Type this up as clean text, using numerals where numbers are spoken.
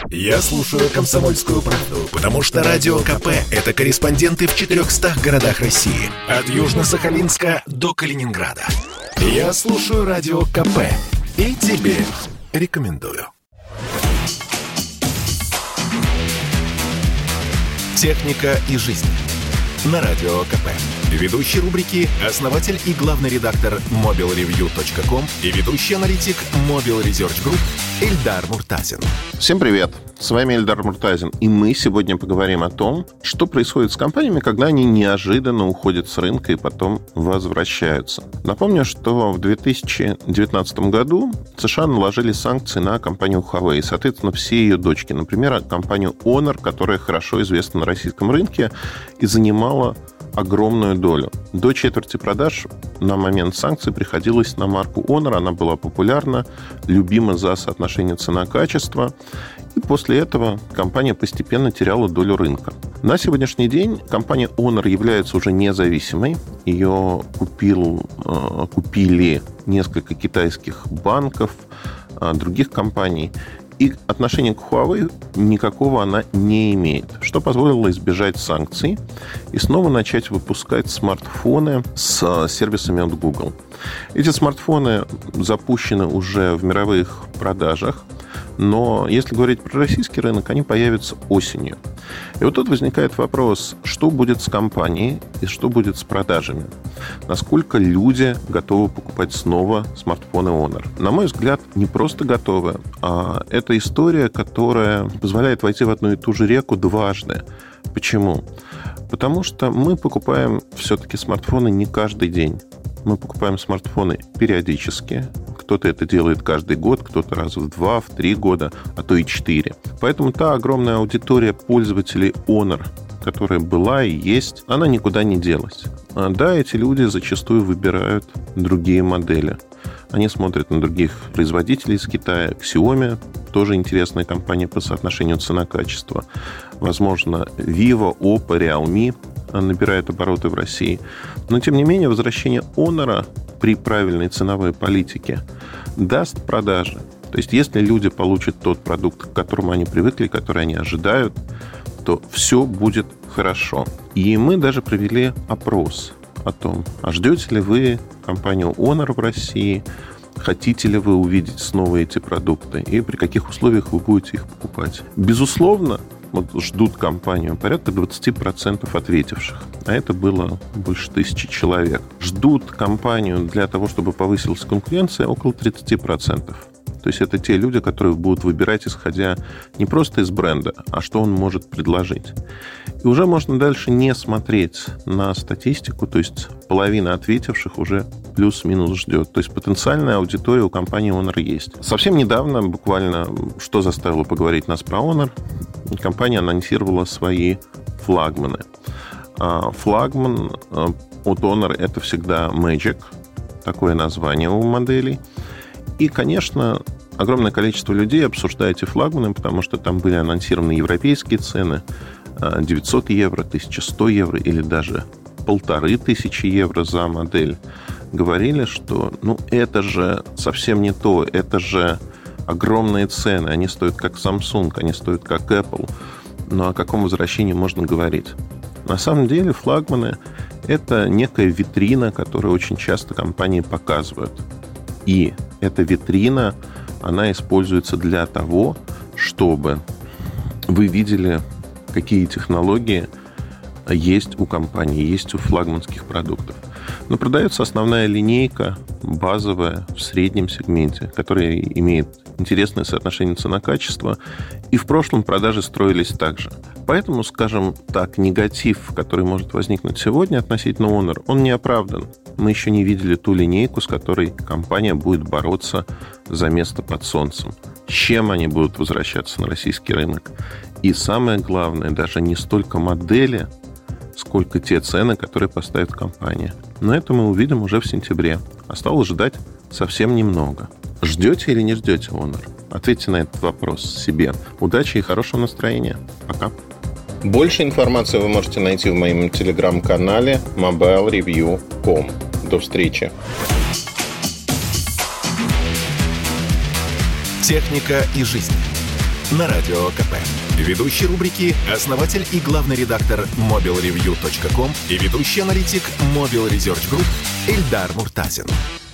Я слушаю «Комсомольскую правду», потому что Радио КП – это корреспонденты в 400 городах России. От Южно-Сахалинска до Калининграда. Я слушаю Радио КП и тебе рекомендую. «Техника и жизнь» на Радио КП. Ведущий рубрики – основатель и главный редактор mobilreview.com и ведущий аналитик Mobile Research Group Эльдар Муртазин. Всем привет! С вами Эльдар Муртазин, и мы сегодня поговорим о том, что происходит с компаниями, когда они неожиданно уходят с рынка и потом возвращаются. Напомню, что в 2019 году США наложили санкции на компанию Huawei, и, соответственно, все ее дочки. Например, компанию Honor, которая хорошо известна на российском рынке и занимала огромную долю. До четверти продаж на момент санкций приходилось на марку Honor. Она была популярна, любима за соотношение цена-качество. И после этого компания постепенно теряла долю рынка. На сегодняшний день компания Honor является уже независимой. Ее купили несколько китайских банков, других компаний. И отношения к Huawei никакого она не имеет, что позволило избежать санкций и снова начать выпускать смартфоны с сервисами от Google. Эти смартфоны запущены уже в мировых продажах, но если говорить про российский рынок, они появятся осенью. И вот тут возникает вопрос, что будет с компанией и что будет с продажами? Насколько люди готовы покупать снова смартфоны Honor? На мой взгляд, не просто готовы, а это история, которая позволяет войти в одну и ту же реку дважды. Почему? Потому что мы покупаем все-таки смартфоны не каждый день. Мы покупаем смартфоны периодически. Кто-то это делает каждый год, кто-то раз в 2, в 3 года, а то и 4. Поэтому та огромная аудитория пользователей Honor, которая была и есть, она никуда не делась. Да, эти люди зачастую выбирают другие модели. Они смотрят на других производителей из Китая. Xiaomi тоже интересная компания по соотношению цена-качество. Возможно, Vivo, Oppo, Realme набирает обороты в России. Но, тем не менее, возвращение Honor при правильной ценовой политике даст продажи. То есть, если люди получат тот продукт, к которому они привыкли, который они ожидают, то все будет хорошо. И мы даже провели опрос о том, а ждете ли вы компанию Honor в России, хотите ли вы увидеть снова эти продукты и при каких условиях вы будете их покупать. Безусловно, вот ждут компанию порядка 20% ответивших, а это было больше 1000 человек. Ждут компанию для того, чтобы повысилась конкуренция, около 30%. То есть это те люди, которые будут выбирать, исходя не просто из бренда, а что он может предложить. И уже можно дальше не смотреть на статистику, то есть половина ответивших уже плюс-минус ждет. То есть потенциальная аудитория у компании Honor есть. Совсем недавно, буквально, что заставило поговорить нас про Honor, компания анонсировала свои флагманы. Флагман от Honor — это всегда Magic, такое название у моделей. И, конечно, огромное количество людей обсуждает эти флагманы, потому что там были анонсированы европейские цены 900 евро, 1100 евро или даже 1500 евро за модель. Говорили, что это же совсем не то, это же огромные цены, они стоят как Samsung, они стоят как Apple. Но о каком возвращении можно говорить? На самом деле флагманы — это некая витрина, которую очень часто компании показывают. И эта витрина, она используется для того, чтобы вы видели, какие технологии есть у компании, есть у флагманских продуктов. Но продается основная линейка, базовая, в среднем сегменте, которая имеет интересное соотношение цена-качество. И в прошлом продажи строились так же. Поэтому, скажем так, негатив, который может возникнуть сегодня относительно Honor, он не оправдан. Мы еще не видели ту линейку, с которой компания будет бороться за место под солнцем. С чем они будут возвращаться на российский рынок. И самое главное, даже не столько модели, сколько те цены, которые поставит компания. Но это мы увидим уже в сентябре. Осталось ждать совсем немного. Ждете или не ждете Honor? Ответьте на этот вопрос себе. Удачи и хорошего настроения. Пока. Больше информации вы можете найти в моем телеграм-канале mobilreview.com. До встречи. Техника и жизнь. на Радио КП. Ведущий рубрики – основатель и главный редактор mobilreview.com и ведущий аналитик Mobile Research Group Эльдар Муртазин.